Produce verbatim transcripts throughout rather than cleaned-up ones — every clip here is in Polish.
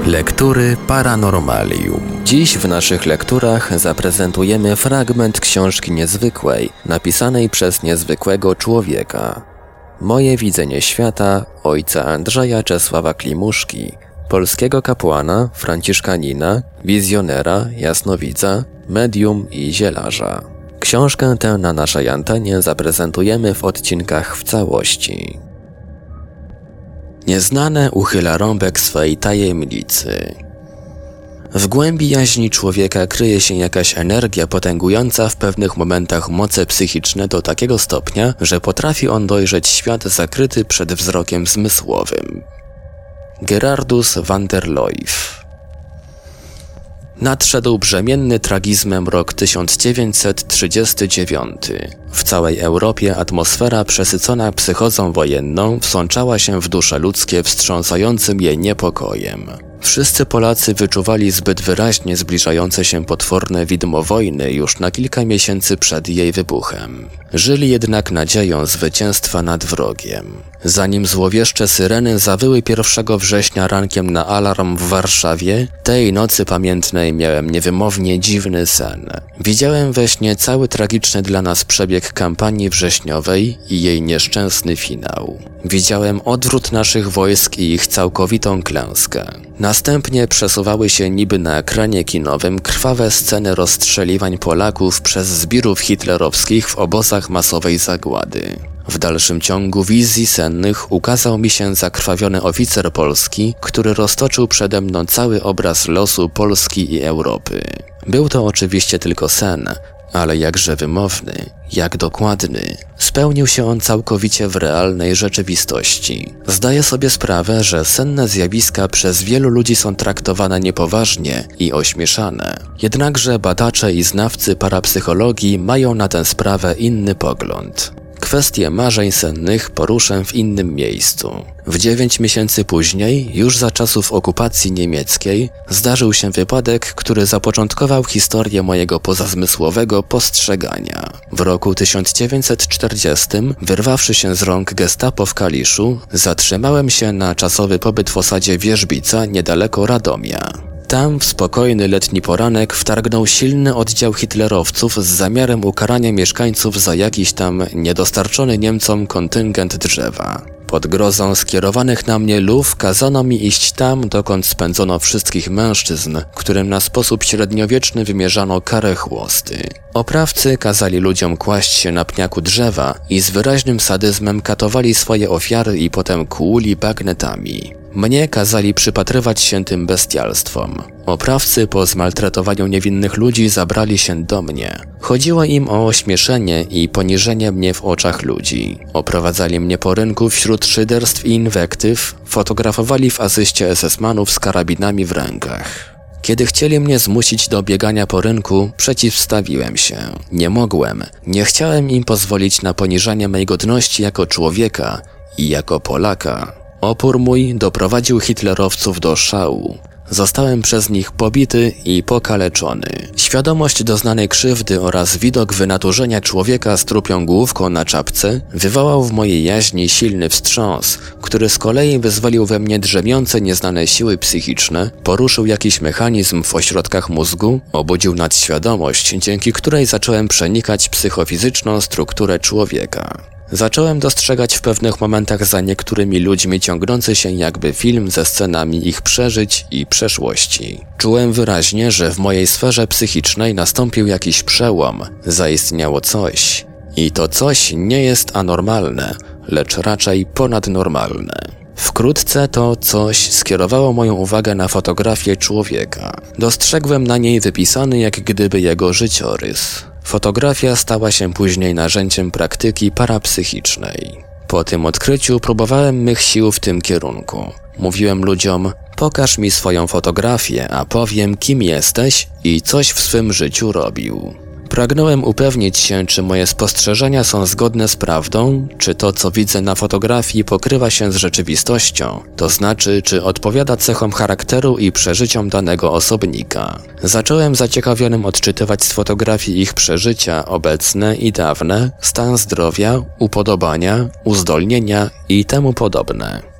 Lektury Paranormalium. Dziś w naszych lekturach zaprezentujemy fragment książki niezwykłej, napisanej przez niezwykłego człowieka. Moje widzenie świata ojca Andrzeja Czesława Klimuszki, polskiego kapłana, franciszkanina, wizjonera, jasnowidza, medium i zielarza. Książkę tę na naszej antenie zaprezentujemy w odcinkach w całości. Nieznane uchyla rąbek swej tajemnicy. W głębi jaźni człowieka kryje się jakaś energia potęgująca w pewnych momentach moce psychiczne do takiego stopnia, że potrafi on dojrzeć świat zakryty przed wzrokiem zmysłowym. Gerardus van der Loef. Nadszedł brzemienny tragizmem rok tysiąc dziewięćset trzydziesty dziewiąty. W całej Europie atmosfera przesycona psychozą wojenną wsączała się w dusze ludzkie wstrząsającym je niepokojem. Wszyscy Polacy wyczuwali zbyt wyraźnie zbliżające się potworne widmo wojny już na kilka miesięcy przed jej wybuchem. Żyli jednak nadzieją zwycięstwa nad wrogiem. Zanim złowieszcze syreny zawyły pierwszego września rankiem na alarm w Warszawie, tej nocy pamiętnej miałem niewymownie dziwny sen. Widziałem we śnie cały tragiczny dla nas przebieg kampanii wrześniowej i jej nieszczęsny finał. Widziałem odwrót naszych wojsk i ich całkowitą klęskę. Następnie przesuwały się niby na ekranie kinowym krwawe sceny rozstrzeliwań Polaków przez zbirów hitlerowskich w obozach masowej zagłady. W dalszym ciągu wizji sennych ukazał mi się zakrwawiony oficer polski, który roztoczył przede mną cały obraz losu Polski i Europy. Był to oczywiście tylko sen, ale jakże wymowny, jak dokładny. Spełnił się on całkowicie w realnej rzeczywistości. Zdaję sobie sprawę, że senne zjawiska przez wielu ludzi są traktowane niepoważnie i ośmieszane. Jednakże badacze i znawcy parapsychologii mają na tę sprawę inny pogląd. Kwestię marzeń sennych poruszę w innym miejscu. W dziewięć miesięcy później, już za czasów okupacji niemieckiej, zdarzył się wypadek, który zapoczątkował historię mojego pozazmysłowego postrzegania. W roku tysiąc dziewięćset czterdziestym, wyrwawszy się z rąk gestapo w Kaliszu, zatrzymałem się na czasowy pobyt w osadzie Wierzbica niedaleko Radomia. Tam w spokojny letni poranek wtargnął silny oddział hitlerowców z zamiarem ukarania mieszkańców za jakiś tam niedostarczony Niemcom kontyngent drzewa. Pod grozą skierowanych na mnie luf kazano mi iść tam, dokąd spędzono wszystkich mężczyzn, którym na sposób średniowieczny wymierzano karę chłosty. Oprawcy kazali ludziom kłaść się na pniaku drzewa i z wyraźnym sadyzmem katowali swoje ofiary i potem kłuli bagnetami. Mnie kazali przypatrywać się tym bestialstwom. Oprawcy po zmaltretowaniu niewinnych ludzi zabrali się do mnie. Chodziło im o ośmieszenie i poniżenie mnie w oczach ludzi. Oprowadzali mnie po rynku wśród szyderstw i inwektyw, fotografowali w asyście esesmanów z karabinami w rękach. Kiedy chcieli mnie zmusić do biegania po rynku, przeciwstawiłem się. Nie mogłem, nie chciałem im pozwolić na poniżanie mej godności jako człowieka i jako Polaka. Opór mój doprowadził hitlerowców do szału. Zostałem przez nich pobity i pokaleczony. Świadomość doznanej krzywdy oraz widok wynaturzenia człowieka z trupią główką na czapce wywołał w mojej jaźni silny wstrząs, który z kolei wyzwolił we mnie drzemiące nieznane siły psychiczne, poruszył jakiś mechanizm w ośrodkach mózgu, obudził nadświadomość, dzięki której zacząłem przenikać psychofizyczną strukturę człowieka. Zacząłem dostrzegać w pewnych momentach za niektórymi ludźmi ciągnący się jakby film ze scenami ich przeżyć i przeszłości. Czułem wyraźnie, że w mojej sferze psychicznej nastąpił jakiś przełom, zaistniało coś. I to coś nie jest anormalne, lecz raczej ponadnormalne. Wkrótce to coś skierowało moją uwagę na fotografię człowieka. Dostrzegłem na niej wypisany jak gdyby jego życiorys. Fotografia stała się później narzędziem praktyki parapsychicznej. Po tym odkryciu próbowałem mych sił w tym kierunku. Mówiłem ludziom: pokaż mi swoją fotografię, a powiem, kim jesteś i coś w swym życiu robił. Pragnąłem upewnić się, czy moje spostrzeżenia są zgodne z prawdą, czy to, co widzę na fotografii, pokrywa się z rzeczywistością, to znaczy, czy odpowiada cechom charakteru i przeżyciom danego osobnika. Zacząłem zaciekawionym odczytywać z fotografii ich przeżycia obecne i dawne, stan zdrowia, upodobania, uzdolnienia i temu podobne.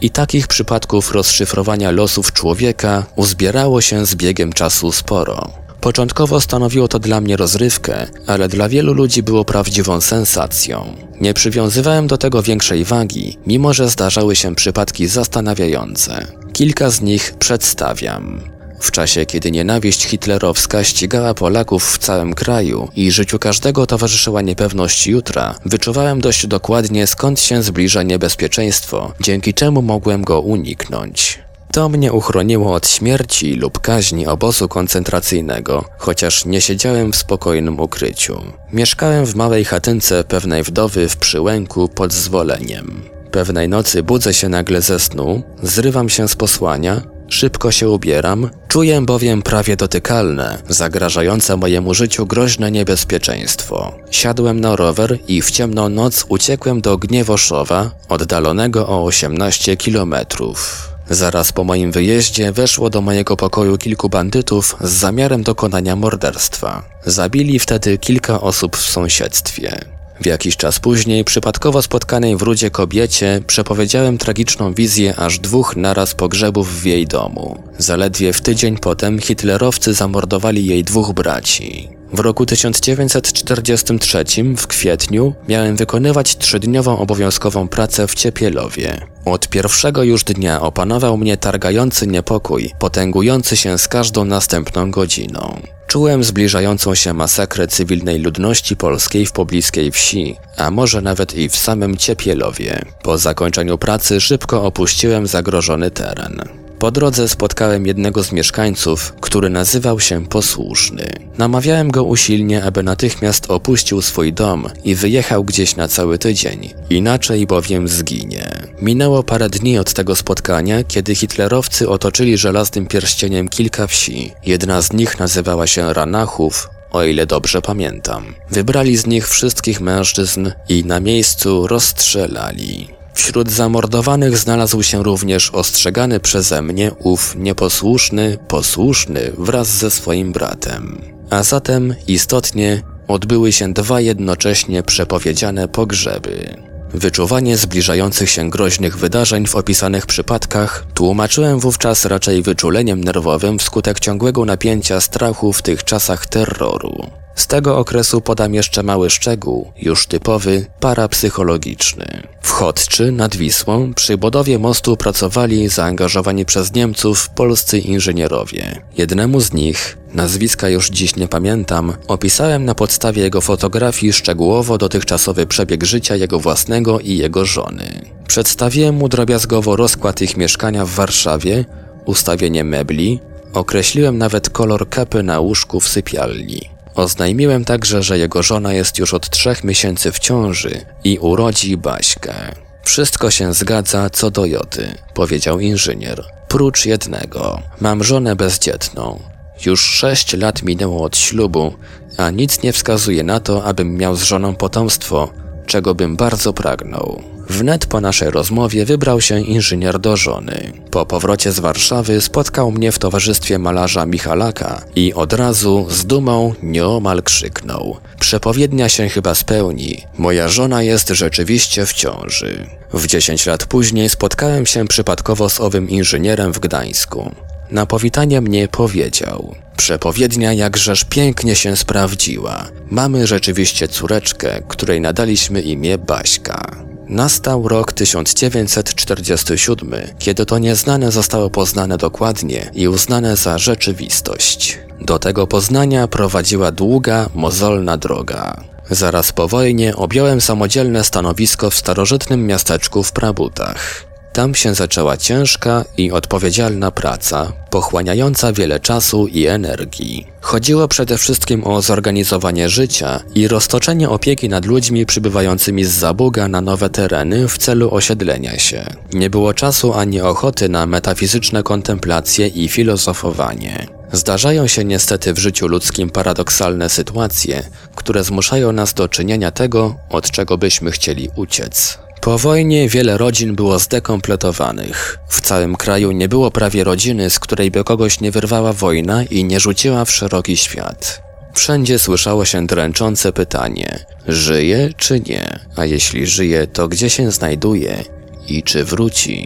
I takich przypadków rozszyfrowania losów człowieka uzbierało się z biegiem czasu sporo. Początkowo stanowiło to dla mnie rozrywkę, ale dla wielu ludzi było prawdziwą sensacją. Nie przywiązywałem do tego większej wagi, mimo że zdarzały się przypadki zastanawiające. Kilka z nich przedstawiam. W czasie, kiedy nienawiść hitlerowska ścigała Polaków w całym kraju i życiu każdego towarzyszyła niepewność jutra, wyczuwałem dość dokładnie, skąd się zbliża niebezpieczeństwo, dzięki czemu mogłem go uniknąć. To mnie uchroniło od śmierci lub kaźni obozu koncentracyjnego, chociaż nie siedziałem w spokojnym ukryciu. Mieszkałem w małej chatynce pewnej wdowy w Przyłęku pod Zwoleniem. Pewnej nocy budzę się nagle ze snu, zrywam się z posłania, szybko się ubieram, czuję bowiem prawie dotykalne, zagrażające mojemu życiu groźne niebezpieczeństwo. Siadłem na rower i w ciemną noc uciekłem do Gniewoszowa, oddalonego o osiemnaście kilometrów. Zaraz po moim wyjeździe weszło do mojego pokoju kilku bandytów z zamiarem dokonania morderstwa. Zabili wtedy kilka osób w sąsiedztwie. W jakiś czas później przypadkowo spotkanej w Rudzie kobiecie przepowiedziałem tragiczną wizję aż dwóch naraz pogrzebów w jej domu. Zaledwie w tydzień potem hitlerowcy zamordowali jej dwóch braci. W roku tysiąc dziewięćset czterdziestym trzecim w kwietniu miałem wykonywać trzydniową obowiązkową pracę w Ciepielowie. Od pierwszego już dnia opanował mnie targający niepokój, potęgujący się z każdą następną godziną. Czułem zbliżającą się masakrę cywilnej ludności polskiej w pobliskiej wsi, a może nawet i w samym Ciepielowie. Po zakończeniu pracy szybko opuściłem zagrożony teren. Po drodze spotkałem jednego z mieszkańców, który nazywał się Posłuszny. Namawiałem go usilnie, aby natychmiast opuścił swój dom i wyjechał gdzieś na cały tydzień, inaczej bowiem zginie. Minęło parę dni od tego spotkania, kiedy hitlerowcy otoczyli żelaznym pierścieniem kilka wsi. Jedna z nich nazywała się Ranachów, o ile dobrze pamiętam. Wybrali z nich wszystkich mężczyzn i na miejscu rozstrzelali. Wśród zamordowanych znalazł się również ostrzegany przeze mnie ów nieposłuszny, posłuszny wraz ze swoim bratem. A zatem istotnie odbyły się dwa jednocześnie przepowiedziane pogrzeby. Wyczuwanie zbliżających się groźnych wydarzeń w opisanych przypadkach tłumaczyłem wówczas raczej wyczuleniem nerwowym wskutek ciągłego napięcia strachu w tych czasach terroru. Z tego okresu podam jeszcze mały szczegół, już typowy, parapsychologiczny. W Chodczy nad Wisłą przy budowie mostu pracowali zaangażowani przez Niemców polscy inżynierowie. Jednemu z nich, nazwiska już dziś nie pamiętam, opisałem na podstawie jego fotografii szczegółowo dotychczasowy przebieg życia jego własnego i jego żony. Przedstawiłem mu drobiazgowo rozkład ich mieszkania w Warszawie, ustawienie mebli, określiłem nawet kolor kapy na łóżku w sypialni. Oznajmiłem także, że jego żona jest już od trzech miesięcy w ciąży i urodzi Baśkę. Wszystko się zgadza co do joty, powiedział inżynier. Prócz jednego. Mam żonę bezdzietną. Już sześć lat minęło od ślubu, a nic nie wskazuje na to, abym miał z żoną potomstwo, czego bym bardzo pragnął. Wnet po naszej rozmowie wybrał się inżynier do żony. Po powrocie z Warszawy spotkał mnie w towarzystwie malarza Michalaka i od razu z dumą nieomal krzyknął: przepowiednia się chyba spełni, moja żona jest rzeczywiście w ciąży. W dziesięć lat później spotkałem się przypadkowo z owym inżynierem w Gdańsku. Na powitanie mnie powiedział: przepowiednia jakżeż pięknie się sprawdziła. Mamy rzeczywiście córeczkę, której nadaliśmy imię Baśka. Nastał rok tysiąc dziewięćset czterdziesty siódmy, kiedy to nieznane zostało poznane dokładnie i uznane za rzeczywistość. Do tego poznania prowadziła długa, mozolna droga. Zaraz po wojnie objąłem samodzielne stanowisko w starożytnym miasteczku w Prabutach. Tam się zaczęła ciężka i odpowiedzialna praca, pochłaniająca wiele czasu i energii. Chodziło przede wszystkim o zorganizowanie życia i roztoczenie opieki nad ludźmi przybywającymi z Zabuga na nowe tereny w celu osiedlenia się. Nie było czasu ani ochoty na metafizyczne kontemplacje i filozofowanie. Zdarzają się niestety w życiu ludzkim paradoksalne sytuacje, które zmuszają nas do czynienia tego, od czego byśmy chcieli uciec. Po wojnie wiele rodzin było zdekompletowanych. W całym kraju nie było prawie rodziny, z której by kogoś nie wyrwała wojna i nie rzuciła w szeroki świat. Wszędzie słyszało się dręczące pytanie: żyje czy nie? A jeśli żyje, to gdzie się znajduje? I czy wróci?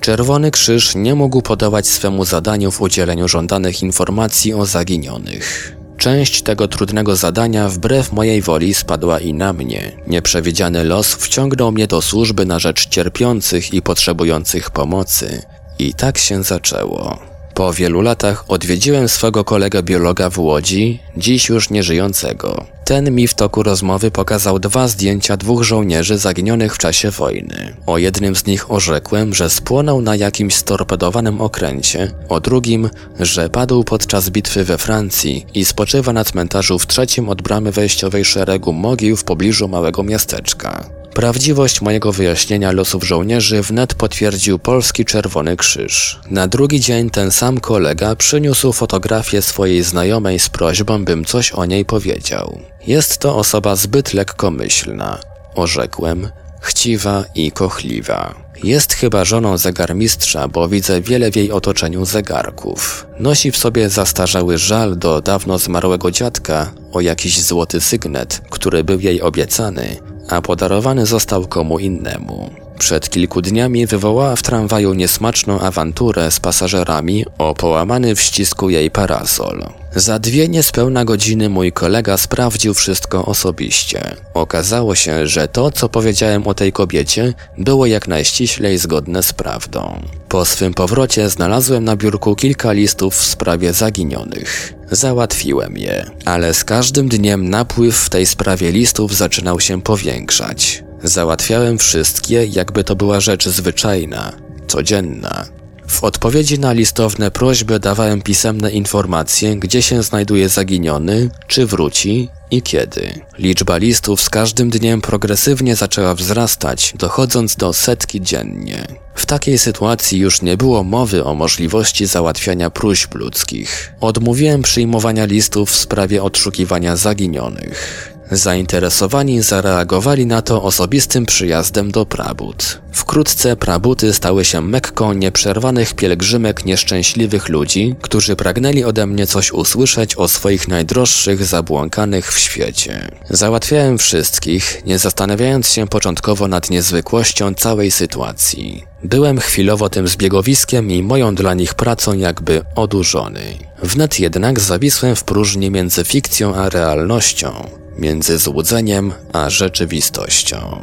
Czerwony Krzyż nie mógł podołać swemu zadaniu w udzieleniu żądanych informacji o zaginionych. Część tego trudnego zadania wbrew mojej woli spadła i na mnie. Nieprzewidziany los wciągnął mnie do służby na rzecz cierpiących i potrzebujących pomocy. I tak się zaczęło. Po wielu latach odwiedziłem swego kolegę biologa w Łodzi, dziś już nieżyjącego. Ten mi w toku rozmowy pokazał dwa zdjęcia dwóch żołnierzy zaginionych w czasie wojny. O jednym z nich orzekłem, że spłonął na jakimś storpedowanym okręcie, o drugim, że padł podczas bitwy we Francji i spoczywa na cmentarzu w trzecim od bramy wejściowej szeregu mogił w pobliżu małego miasteczka. Prawdziwość mojego wyjaśnienia losów żołnierzy wnet potwierdził Polski Czerwony Krzyż. Na drugi dzień ten sam kolega przyniósł fotografię swojej znajomej z prośbą, bym coś o niej powiedział. Jest to osoba zbyt lekkomyślna, orzekłem, chciwa i kochliwa. Jest chyba żoną zegarmistrza, bo widzę wiele w jej otoczeniu zegarków. Nosi w sobie zastarzały żal do dawno zmarłego dziadka o jakiś złoty sygnet, który był jej obiecany, a podarowany został komu innemu. Przed kilku dniami wywołała w tramwaju niesmaczną awanturę z pasażerami o połamany w ścisku jej parasol. Za dwie niespełna godziny mój kolega sprawdził wszystko osobiście. Okazało się, że to, co powiedziałem o tej kobiecie, było jak najściślej zgodne z prawdą. Po swym powrocie znalazłem na biurku kilka listów w sprawie zaginionych. Załatwiłem je, ale z każdym dniem napływ w tej sprawie listów zaczynał się powiększać. Załatwiałem wszystkie, jakby to była rzecz zwyczajna, codzienna. W odpowiedzi na listowne prośby dawałem pisemne informacje, gdzie się znajduje zaginiony, czy wróci i kiedy. Liczba listów z każdym dniem progresywnie zaczęła wzrastać, dochodząc do setki dziennie. W takiej sytuacji już nie było mowy o możliwości załatwiania próśb ludzkich. Odmówiłem przyjmowania listów w sprawie odszukiwania zaginionych. Zainteresowani zareagowali na to osobistym przyjazdem do Prabut. Wkrótce Prabuty stały się Mekką nieprzerwanych pielgrzymek nieszczęśliwych ludzi, którzy pragnęli ode mnie coś usłyszeć o swoich najdroższych zabłąkanych w świecie. Załatwiałem wszystkich, nie zastanawiając się początkowo nad niezwykłością całej sytuacji. Byłem chwilowo tym zbiegowiskiem i moją dla nich pracą jakby odurzony. Wnet jednak zawisłem w próżni między fikcją a realnością, między złudzeniem a rzeczywistością.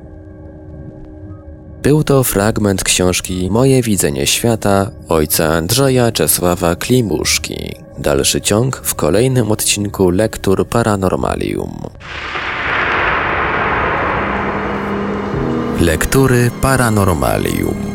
Był to fragment książki Moje widzenie świata ojca Andrzeja Czesława Klimuszki. Dalszy ciąg w kolejnym odcinku Lektur Paranormalium. Lektury Paranormalium.